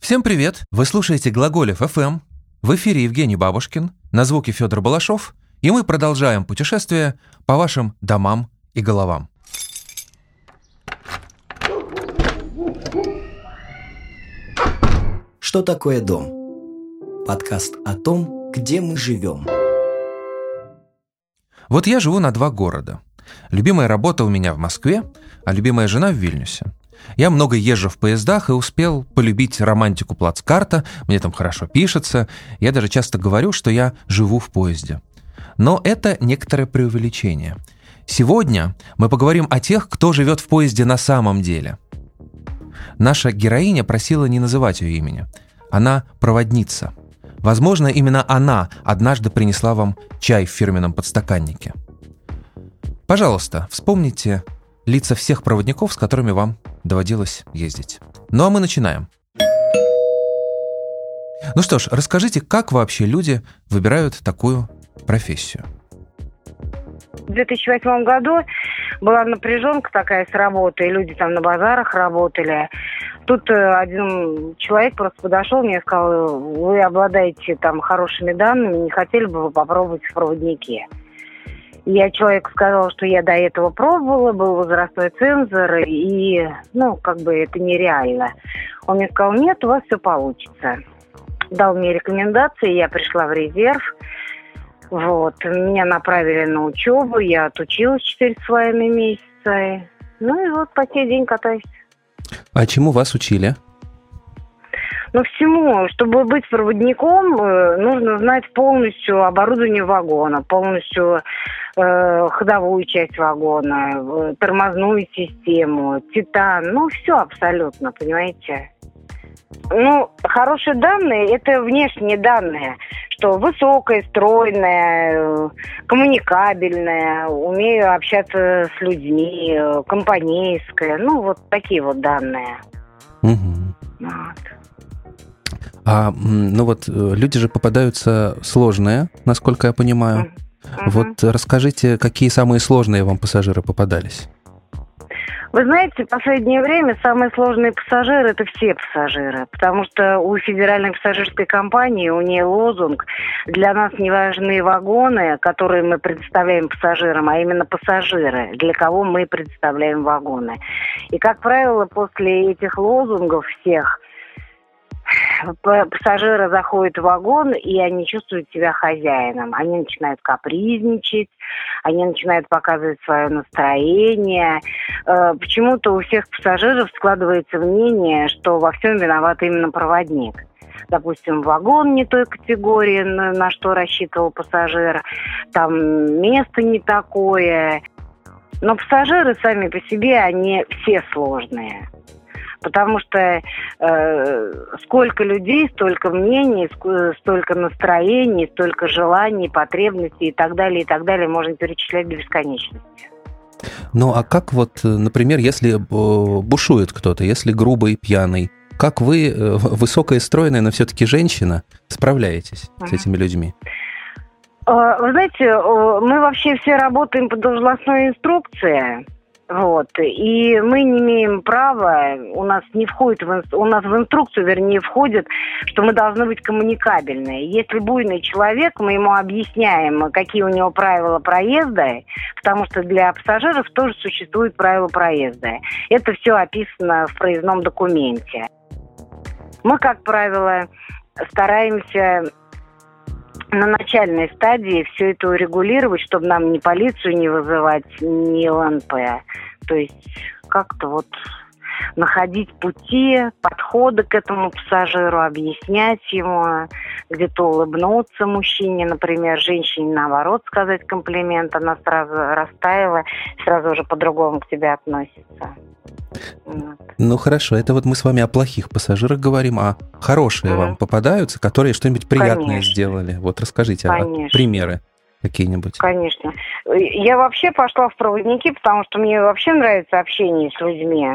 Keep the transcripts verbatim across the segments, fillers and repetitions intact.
Всем привет! Вы слушаете Глаголев эф эм. В эфире Евгений Бабушкин, на звуке Федор Балашов, и мы продолжаем путешествие по вашим домам и головам. Что такое дом? Подкаст о том, где мы живем. Вот я живу на два города. Любимая работа у меня в Москве, а любимая жена в Вильнюсе. Я много езжу в поездах и успел полюбить романтику плацкарта, мне там хорошо пишется, я даже часто говорю, что я живу в поезде. Но это некоторое преувеличение. Сегодня мы поговорим о тех, кто живет в поезде на самом деле. Наша героиня просила не называть ее имени. Она проводница. Возможно, именно она однажды принесла вам чай в фирменном подстаканнике. Пожалуйста, вспомните лица всех проводников, с которыми вам доводилось ездить. Ну а мы начинаем. Ну что ж, расскажите, как вообще люди выбирают такую профессию? В две тысячи восьмом году была напряженка такая с работой, люди там на базарах работали. Тут один человек просто подошел мне и сказал: вы обладаете там хорошими данными, не хотели бы вы попробовать в проводнике? Я человеку сказала, что я до этого пробовала, был возрастной цензор, и, ну, как бы это нереально. Он мне сказал: нет, у вас все получится. Дал мне рекомендации, я пришла в резерв. Вот, меня направили на учебу, я отучилась четыре с половиной месяца. Ну и вот по сей день катаюсь. А чему вас учили? Ну, всему. Чтобы быть проводником, нужно знать полностью оборудование вагона, полностью э, ходовую часть вагона, тормозную систему, титан. Ну, все абсолютно, понимаете? Ну, хорошие данные – это внешние данные, что высокая, стройная, коммуникабельная, умею общаться с людьми, компанейская. Ну, вот такие вот данные. Угу. Вот. А, ну вот, люди же попадаются сложные, насколько я понимаю. Mm-hmm. Вот расскажите, какие самые сложные вам пассажиры попадались? Вы знаете, в последнее время самые сложные пассажиры – это все пассажиры, потому что у Федеральной пассажирской компании, у нее лозунг: для нас не важны вагоны, которые мы предоставляем пассажирам, а именно пассажиры, для кого мы предоставляем вагоны. И, как правило, после этих лозунгов всех пассажиры заходят в вагон, и они чувствуют себя хозяином. Они начинают капризничать, они начинают показывать свое настроение. Почему-то у всех пассажиров складывается мнение, что во всем виноват именно проводник. Допустим, вагон не той категории, на что рассчитывал пассажир, там место не такое. Но пассажиры сами по себе, они все сложные. Потому что э, сколько людей, столько мнений, ск- столько настроений, столько желаний, потребностей и так далее, и так далее, можно перечислять до бесконечности. Ну, а как вот, например, если бушует кто-то, если грубый, пьяный, как вы, высокая, стройная, но все-таки женщина, справляетесь uh-huh. с этими людьми? Вы знаете, мы вообще все работаем по должностной инструкции. Вот, и мы не имеем права, у нас не входит в, у нас в инструкцию, вернее, входит, что мы должны быть коммуникабельны. Если буйный человек, мы ему объясняем, какие у него правила проезда, потому что для пассажиров тоже существуют правила проезда. Это все описано в проездном документе. Мы, как правило, стараемся на начальной стадии все это урегулировать, чтобы нам ни полицию не вызывать, ни эл эн пэ. То есть как-то вот находить пути, подходы к этому пассажиру, объяснять ему, где-то улыбнуться мужчине, например, женщине, наоборот, сказать комплимент, она сразу растаяла, сразу же по-другому к тебе относится. Вот. Ну хорошо, это вот мы с вами о плохих пассажирах говорим, а хорошие mm-hmm. вам попадаются, которые что-нибудь приятное Конечно. Сделали? Вот расскажите а, примеры какие-нибудь. Конечно. Я вообще пошла в проводники, потому что мне вообще нравится общение с людьми,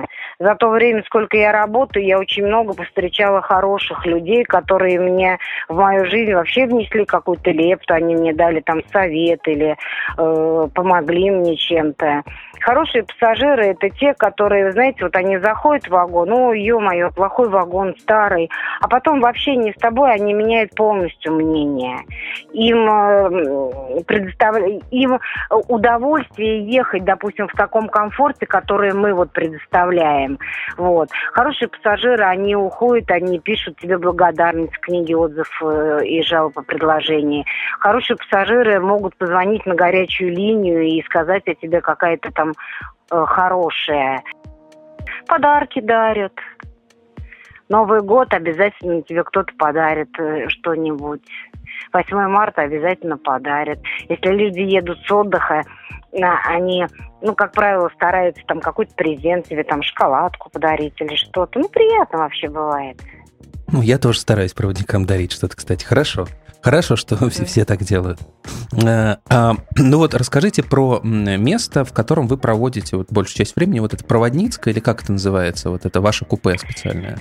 За то время, сколько я работаю, я очень много повстречала хороших людей, которые мне в мою жизнь вообще внесли какую-то лепту, они мне дали там совет или э, помогли мне чем-то. Хорошие пассажиры – это те, которые, знаете, вот они заходят в вагон, ну, ё-моё, плохой вагон, старый, а потом в общении с тобой они меняют полностью мнение. Им, э, предоставля... Им удовольствие ехать, допустим, в таком комфорте, который мы вот предоставляем. Вот. Хорошие пассажиры, они уходят, они пишут тебе благодарность, книги, отзыв э, и жалобы по предложению. Хорошие пассажиры могут позвонить на горячую линию и сказать о тебе какая-то там э, хорошая. Подарки дарят. Новый год обязательно тебе кто-то подарит э, что-нибудь. восьмое марта обязательно подарят. Если люди едут с отдыха, они, ну, как правило, стараются там какой-то презент тебе, там, шоколадку подарить или что-то. Ну, приятно вообще бывает. Ну, я тоже стараюсь проводникам дарить что-то, кстати. Хорошо. Хорошо, что все, все так делают. А, а, ну вот, расскажите про место, в котором вы проводите вот большую часть времени. Вот это Проводницкое, или как это называется? Вот это ваше купе специальное?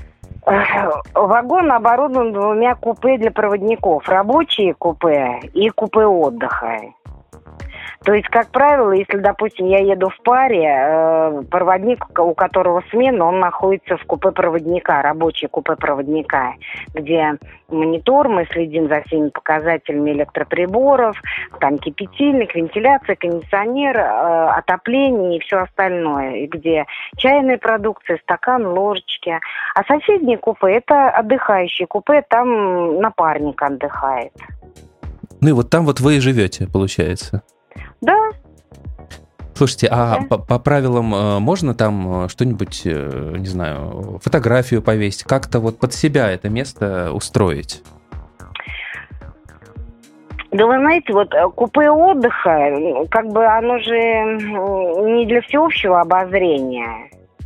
Вагон оборудован двумя купе для проводников. Рабочие купе и купе отдыха. То есть, как правило, если, допустим, я еду в паре, э, проводник, у которого смена, он находится в купе проводника, рабочее купе проводника, где монитор, мы следим за всеми показателями электроприборов, там кипятильник, вентиляция, кондиционер, э, отопление и все остальное, и где чайная продукция, стакан, ложечки. А соседнее купе – это отдыхающее купе, там напарник отдыхает. Ну и вот там вот вы и живете, получается. Да. Слушайте, а да. по, по правилам э, можно там что-нибудь, э, не знаю, фотографию повесить, как-то вот под себя это место устроить? Да вы знаете, вот купе отдыха, как бы оно же не для всеобщего обозрения.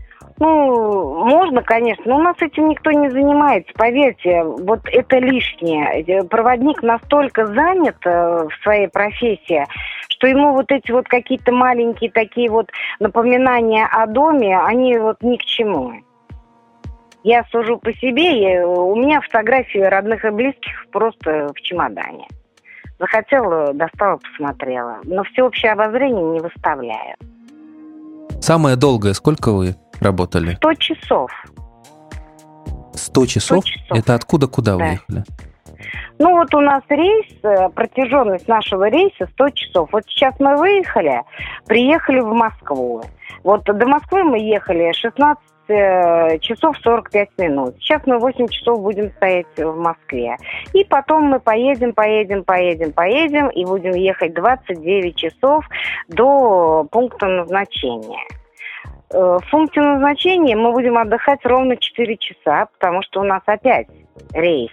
Ну, можно, конечно, но у нас этим никто не занимается, поверьте, вот это лишнее. Проводник настолько занят в своей профессии, что ему вот эти вот какие-то маленькие такие вот напоминания о доме, они вот ни к чему. Я сужу по себе, я, у меня фотографии родных и близких просто в чемодане. Захотела, достала, посмотрела. Но всеобщее обозрение не выставляю. Самое долгое, сколько вы работали? Сто часов. Сто часов? Сто часов. Это откуда куда да. вы ехали? Ну вот у нас рейс, протяженность нашего рейса сто часов. Вот сейчас мы выехали, приехали в Москву. Вот до Москвы мы ехали шестнадцать часов сорок пять минут. Сейчас мы восемь часов будем стоять в Москве. И потом мы поедем, поедем, поедем, поедем и будем ехать двадцать девять часов до пункта назначения. В пункте назначения мы будем отдыхать ровно четыре часа, потому что у нас опять рейс.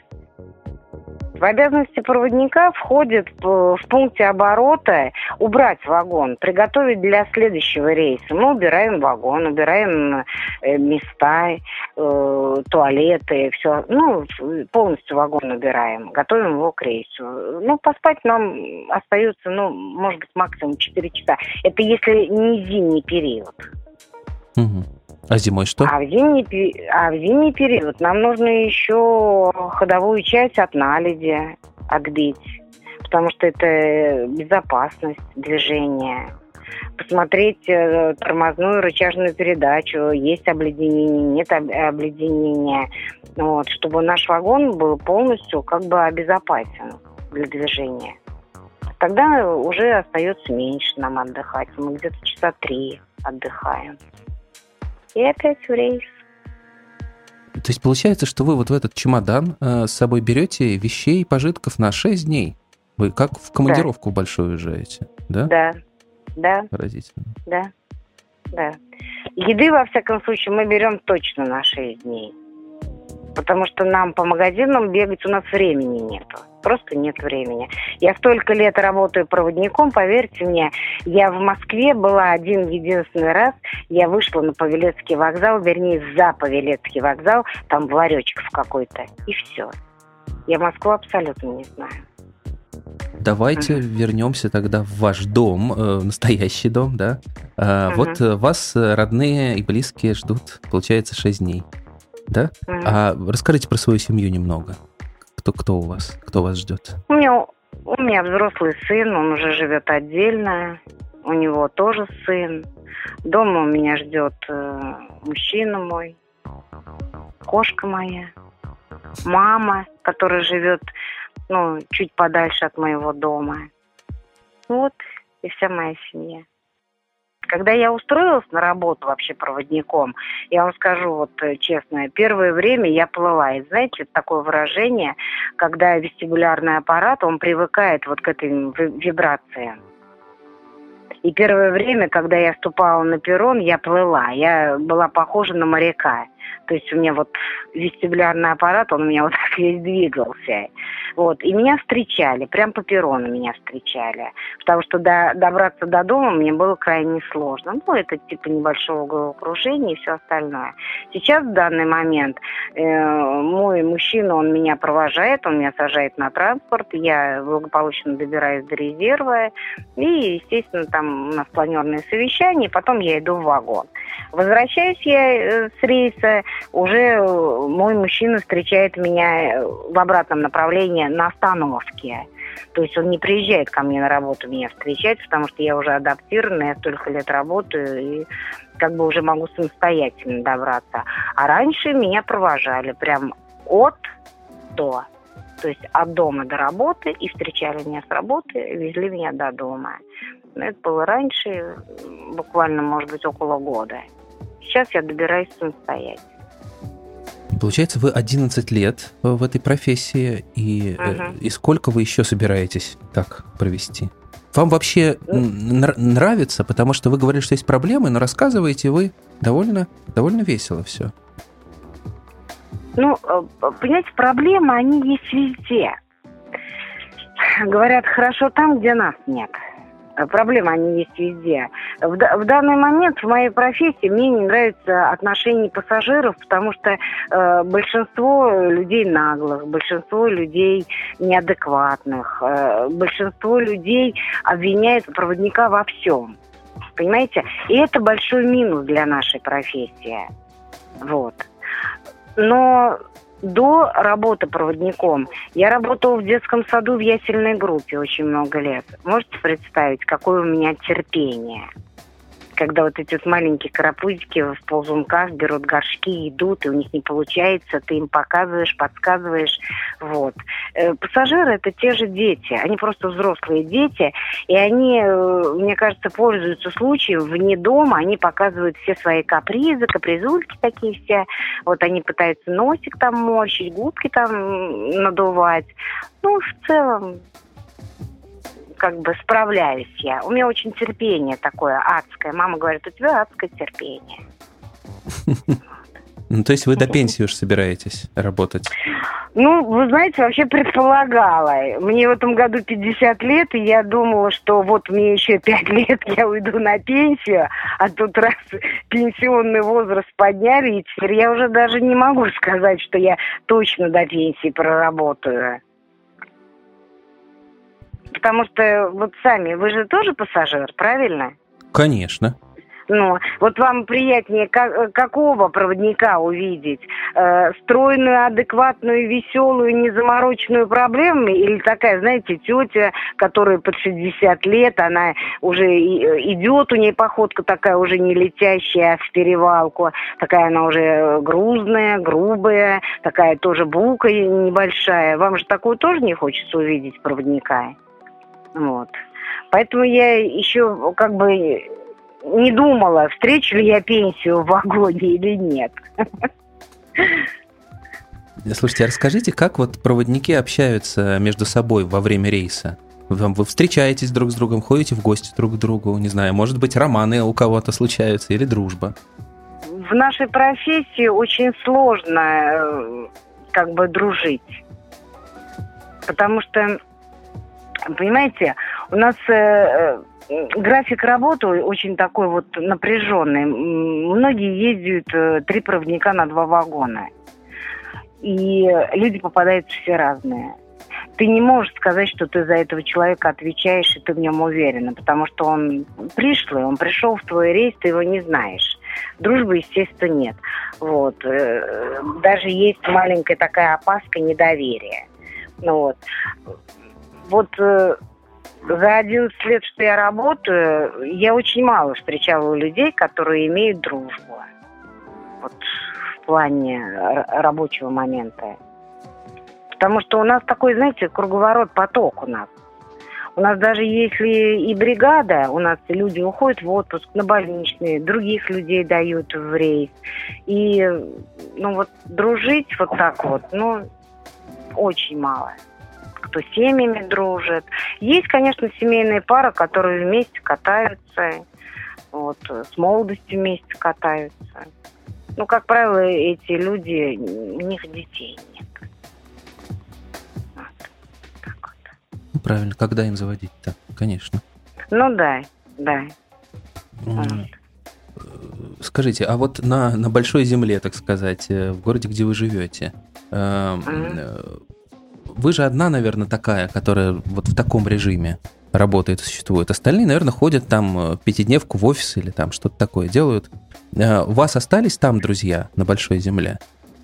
В обязанности проводника входит в пункте оборота убрать вагон, приготовить для следующего рейса. Мы убираем вагон, убираем места, э, туалеты, все. Ну, полностью вагон убираем, готовим его к рейсу. Ну, поспать нам остается, ну, может быть, максимум четыре часа. Это если не зимний период. Угу. А зимой что? А в зимний, а в зимний период нам нужно еще ходовую часть от наледи отбить, потому что это безопасность движения. Посмотреть э, тормозную рычажную передачу, есть обледенение, нет обледенения, вот, чтобы наш вагон был полностью как бы обезопасен для движения. Тогда уже остается меньше нам отдыхать, мы где-то часа три отдыхаем. И опять в рейс. То есть получается, что вы вот в этот чемодан э, с собой берете вещей и пожитков на шесть дней? Вы как в командировку да. большую уезжаете, да? Да, да. Поразительно. Да, да. Еды, во всяком случае, мы берем точно на шесть дней. Потому что нам по магазинам бегать у нас времени нету. Просто нет времени. Я столько лет работаю проводником, поверьте мне, я в Москве была один единственный раз, я вышла на Павелецкий вокзал, вернее, за Павелецкий вокзал, там в Ларечков какой-то, и все. Я Москву абсолютно не знаю. давайте угу. вернемся тогда в ваш дом, э, настоящий дом, да? Э, угу. Вот вас родные и близкие ждут, получается, шесть дней, да? Угу. А расскажите про свою семью немного. Кто, кто у вас? Кто вас ждет? У меня, у меня взрослый сын, он уже живет отдельно. У него тоже сын. Дома у меня ждет э, мужчина мой, кошка моя, мама, которая живет, ну, чуть подальше от моего дома. Вот и вся моя семья. Когда я устроилась на работу вообще проводником, я вам скажу вот честно, первое время я плыла. И знаете, такое выражение, когда вестибулярный аппарат, он привыкает вот к этой вибрации. И первое время, когда я ступала на перрон, я плыла. Я была похожа на моряка. То есть у меня вот вестибулярный аппарат, он у меня вот так весь двигался. Вот. И меня встречали, прям по перрону меня встречали. Потому что до, добраться до дома мне было крайне сложно. Ну, это типа небольшого головокружения и все остальное. Сейчас, в данный момент, э, мой мужчина, он меня провожает, он меня сажает на транспорт, я благополучно добираюсь до резерва. И, естественно, там у нас планерное совещание, потом я иду в вагон. Возвращаюсь я с рейса, уже мой мужчина встречает меня в обратном направлении на остановке. То есть он не приезжает ко мне на работу меня встречать, потому что я уже адаптирована, я столько лет работаю и как бы уже могу самостоятельно добраться. А раньше меня провожали прям от до. То есть от дома до работы и встречали меня с работы, везли меня до дома. Но это было раньше, буквально, может быть, около года. Сейчас я добираюсь самостоятельно. Получается, вы одиннадцать лет в этой профессии, и, uh-huh. и сколько вы еще собираетесь так провести? Вам вообще uh-huh. нравится, потому что вы говорили, что есть проблемы, но рассказываете вы довольно, довольно весело все. Ну, понимаете, проблемы, они есть везде. Говорят, хорошо там, где нас нет. Проблемы, они есть везде. В, в данный момент в моей профессии мне не нравится отношение пассажиров, потому что э, большинство людей наглых, большинство людей неадекватных, э, большинство людей обвиняет проводника во всем. Понимаете? И это большой минус для нашей профессии. Вот. Но до работы проводником я работала в детском саду в ясельной группе очень много лет. Можете представить, какое у меня терпение? Когда вот эти вот маленькие карапузики в ползунках берут горшки, идут, и у них не получается, ты им показываешь, подсказываешь. Вот. Э, пассажиры – это те же дети, они просто взрослые дети, и они, э, мне кажется, пользуются случаем вне дома, они показывают все свои капризы, капризульки такие все. Вот они пытаются носик там морщить, губки там надувать. Ну, в целом, как бы справляюсь я. У меня очень терпение такое адское. Мама говорит, у тебя адское терпение. Ну, то есть вы до пенсии уж собираетесь работать? Ну, вы знаете, вообще предполагала. Мне в этом году пятьдесят лет, и я думала, что вот мне еще пять лет, я уйду на пенсию, а тут раз пенсионный возраст подняли, и теперь я уже даже не могу сказать, что я точно до пенсии проработаю. Потому что вот сами, вы же тоже пассажир, правильно? Конечно. Ну, вот вам приятнее как, какого проводника увидеть? Э, стройную, адекватную, веселую, незамороченную проблему? Или такая, знаете, тетя, которая под шестьдесят лет, она уже идет, у нее походка такая уже не летящая в перевалку, такая она уже грузная, грубая, такая тоже булка небольшая. Вам же такую тоже не хочется увидеть проводника? Вот. Поэтому я еще как бы не думала, встречу ли я пенсию в вагоне или нет. Слушайте, а расскажите, как вот проводники общаются между собой во время рейса? Вы, вы встречаетесь друг с другом, ходите в гости друг к другу, не знаю, может быть, романы у кого-то случаются или дружба? В нашей профессии очень сложно как бы дружить. Потому что, понимаете, у нас э, график работы очень такой вот напряженный. Многие ездят э, три проводника на два вагона. И люди попадаются все разные. ты не можешь сказать, что ты за этого человека отвечаешь, и ты в нем уверена, потому что он пришлый, он пришел в твой рейс, ты его не знаешь. Дружбы, естественно, нет. Вот. Даже есть маленькая такая опаска недоверия. Ну, вот. Вот за одиннадцать лет, что я работаю, я очень мало встречала людей, которые имеют дружбу. Вот в плане рабочего момента. Потому что у нас такой, знаете, круговорот, поток у нас. У нас даже если и бригада, у нас люди уходят в отпуск, на больничные, других людей дают в рейс. И, ну вот, дружить вот так вот, ну, очень мало. Кто с семьями дружит. Есть, конечно, семейные пары, которые вместе катаются, вот, с молодостью вместе катаются. Ну, как правило, эти люди, у них детей нет. Ну, правильно, когда им заводить-то? Конечно. Ну да, да. Вот. Скажите, а вот на, на большой земле, так сказать, в городе, где вы живете, э, mm-hmm. вы же одна, наверное, такая, которая вот в таком режиме работает и существует. Остальные, наверное, ходят там пятидневку в офис или там что-то такое делают. У вас остались там друзья на большой земле?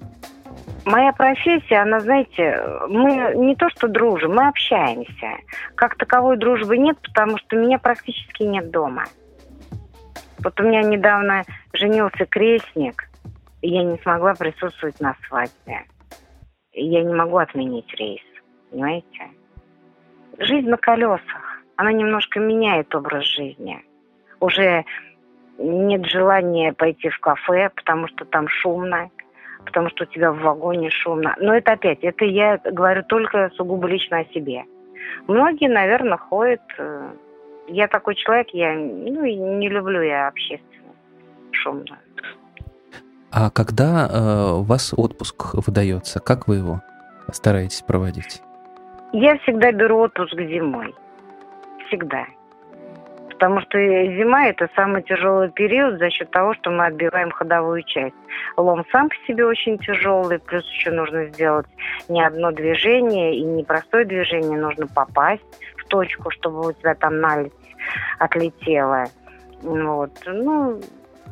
Моя профессия, она, знаете, мы не то что дружим, мы общаемся. Как таковой дружбы нет, потому что меня практически нет дома. Вот у меня недавно женился крестник, и я не смогла присутствовать на свадьбе. И я не могу отменить рейс, понимаете? Жизнь на колесах, она немножко меняет образ жизни. Уже нет желания пойти в кафе, потому что там шумно, потому что у тебя в вагоне шумно. Но это опять, это я говорю только сугубо лично о себе. Многие, наверное, ходят... Я такой человек, я ну, не люблю я общественность шумную. А когда э, у вас отпуск выдается, как вы его стараетесь проводить? Я всегда беру отпуск зимой. Всегда. Потому что зима – это самый тяжелый период за счет того, что мы отбиваем ходовую часть. Лом сам по себе очень тяжелый, плюс еще нужно сделать не одно движение, и не простое движение, нужно попасть в точку, чтобы у тебя там наледь отлетела. Вот. Ну,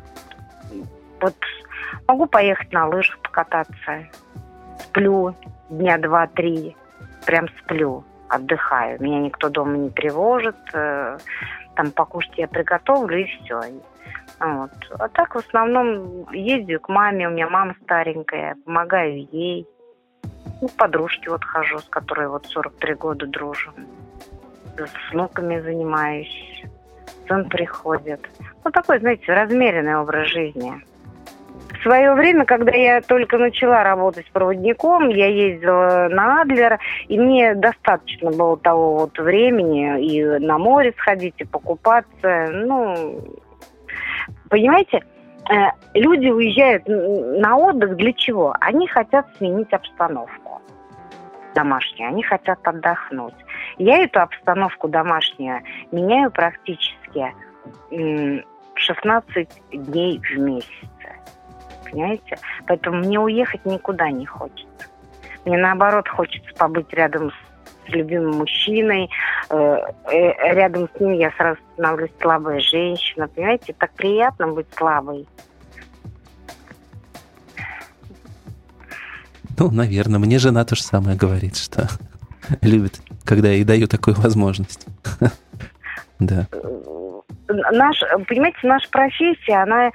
вот могу поехать на лыжах покататься. Сплю дня два-три. Прям сплю, отдыхаю. Меня никто дома не тревожит. Там покушать я приготовлю, и все. Вот. А так в основном ездию к маме. У меня мама старенькая. Помогаю ей. Ну, к подружке вот хожу, с которой вот сорок три года дружим. С внуками занимаюсь. Сын приходит. Ну, такой, знаете, размеренный образ жизни. В свое время, когда я только начала работать проводником, я ездила на Адлер, и мне достаточно было того вот времени и на море сходить, и покупаться. Ну, понимаете, люди уезжают на отдых для чего? Они хотят сменить обстановку домашнюю, они хотят отдохнуть. Я эту обстановку домашнюю меняю практически шестнадцать дней в месяц. Понимаете? Поэтому мне уехать никуда не хочется. Мне, наоборот, хочется побыть рядом с, с любимым мужчиной. Э, э, рядом с ним я сразу становлюсь слабая женщина. Понимаете? Так приятно быть слабой. Ну, наверное. Мне жена то же самое говорит, что любит, когда я ей даю такую возможность. Да. Наш, понимаете, наша профессия, она...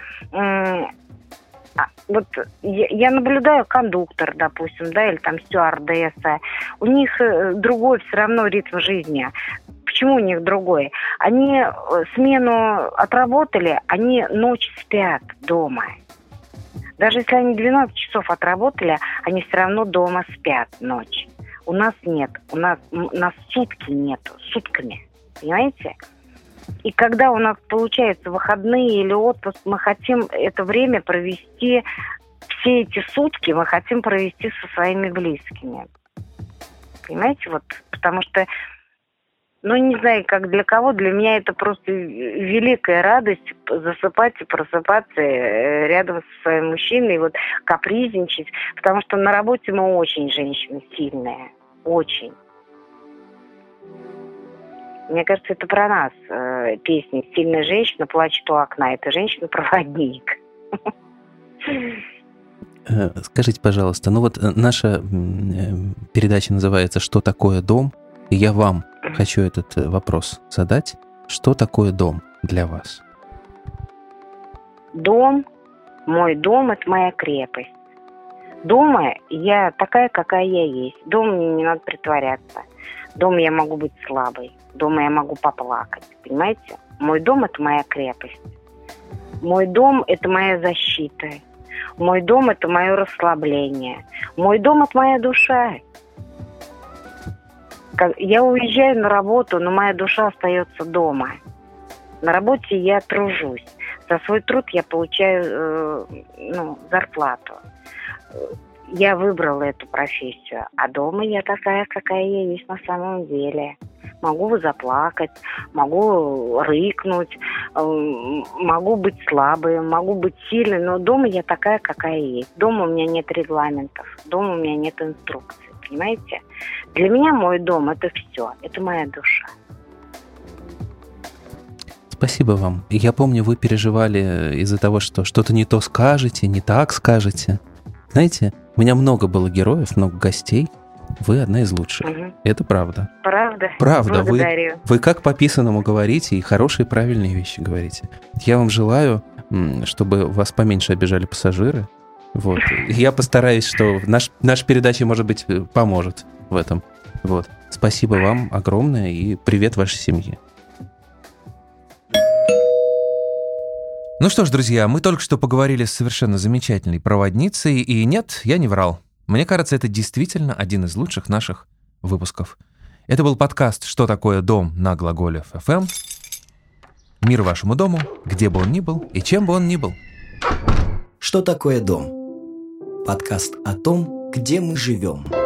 Вот я, я наблюдаю кондуктор, допустим, да, или там стюардесса. У них другой все равно ритм жизни. Почему у них другой? Они смену отработали, они ночь спят дома. Даже если они двенадцать часов отработали, они все равно дома спят ночь. У нас нет, у нас, у нас сутки нету, сутками, понимаете? И когда у нас получается выходные или отпуск, мы хотим это время провести, все эти сутки мы хотим провести со своими близкими. Понимаете, вот, потому что, ну, не знаю, как для кого, для меня это просто великая радость засыпать и просыпаться рядом со своим мужчиной, вот, капризничать, потому что на работе мы очень женщины сильные, очень. Мне кажется, это про нас. Э, песня «Сильная женщина плачет у окна». Это женщина-проводник. Скажите, пожалуйста, ну вот наша передача называется «Что такое дом?», и я вам хочу этот вопрос задать. Что такое дом для вас? Дом, мой дом – это моя крепость. Дома я такая, какая я есть. Дома мне не надо притворяться. Дома я могу быть слабой. Дома я могу поплакать. Понимаете? Мой дом – это моя крепость. Мой дом – это моя защита. Мой дом – это мое расслабление. Мой дом – это моя душа. Я уезжаю на работу, но моя душа остается дома. На работе я тружусь. За свой труд я получаю э, ну, зарплату. Я выбрала эту профессию. А дома я такая, какая я есть на самом деле. Могу заплакать, могу рыкнуть, могу быть слабой, могу быть сильной, но дома я такая, какая есть. Дома у меня нет регламентов, дома у меня нет инструкций, понимаете? Для меня мой дом – это все, это моя душа. Спасибо вам. Я помню, вы переживали из-за того, что что-то не то скажете, не так скажете. Знаете, у меня много было героев, много гостей. Вы одна из лучших. Угу. Это правда. Правда? Правда. Вы, вы как по писанному говорите и хорошие, правильные вещи говорите. Я вам желаю, чтобы вас поменьше обижали пассажиры. Вот. Я постараюсь, что наш, наша передача, может быть, поможет в этом. Вот. Спасибо вам огромное и привет вашей семье. Ну что ж, друзья, мы только что поговорили с совершенно замечательной проводницей, и нет, я не врал. Мне кажется, это действительно один из лучших наших выпусков. Это был подкаст «Что такое дом» на Глаголев эф эм. Мир вашему дому, где бы он ни был и чем бы он ни был. «Что такое дом?» Подкаст о том, где мы живем.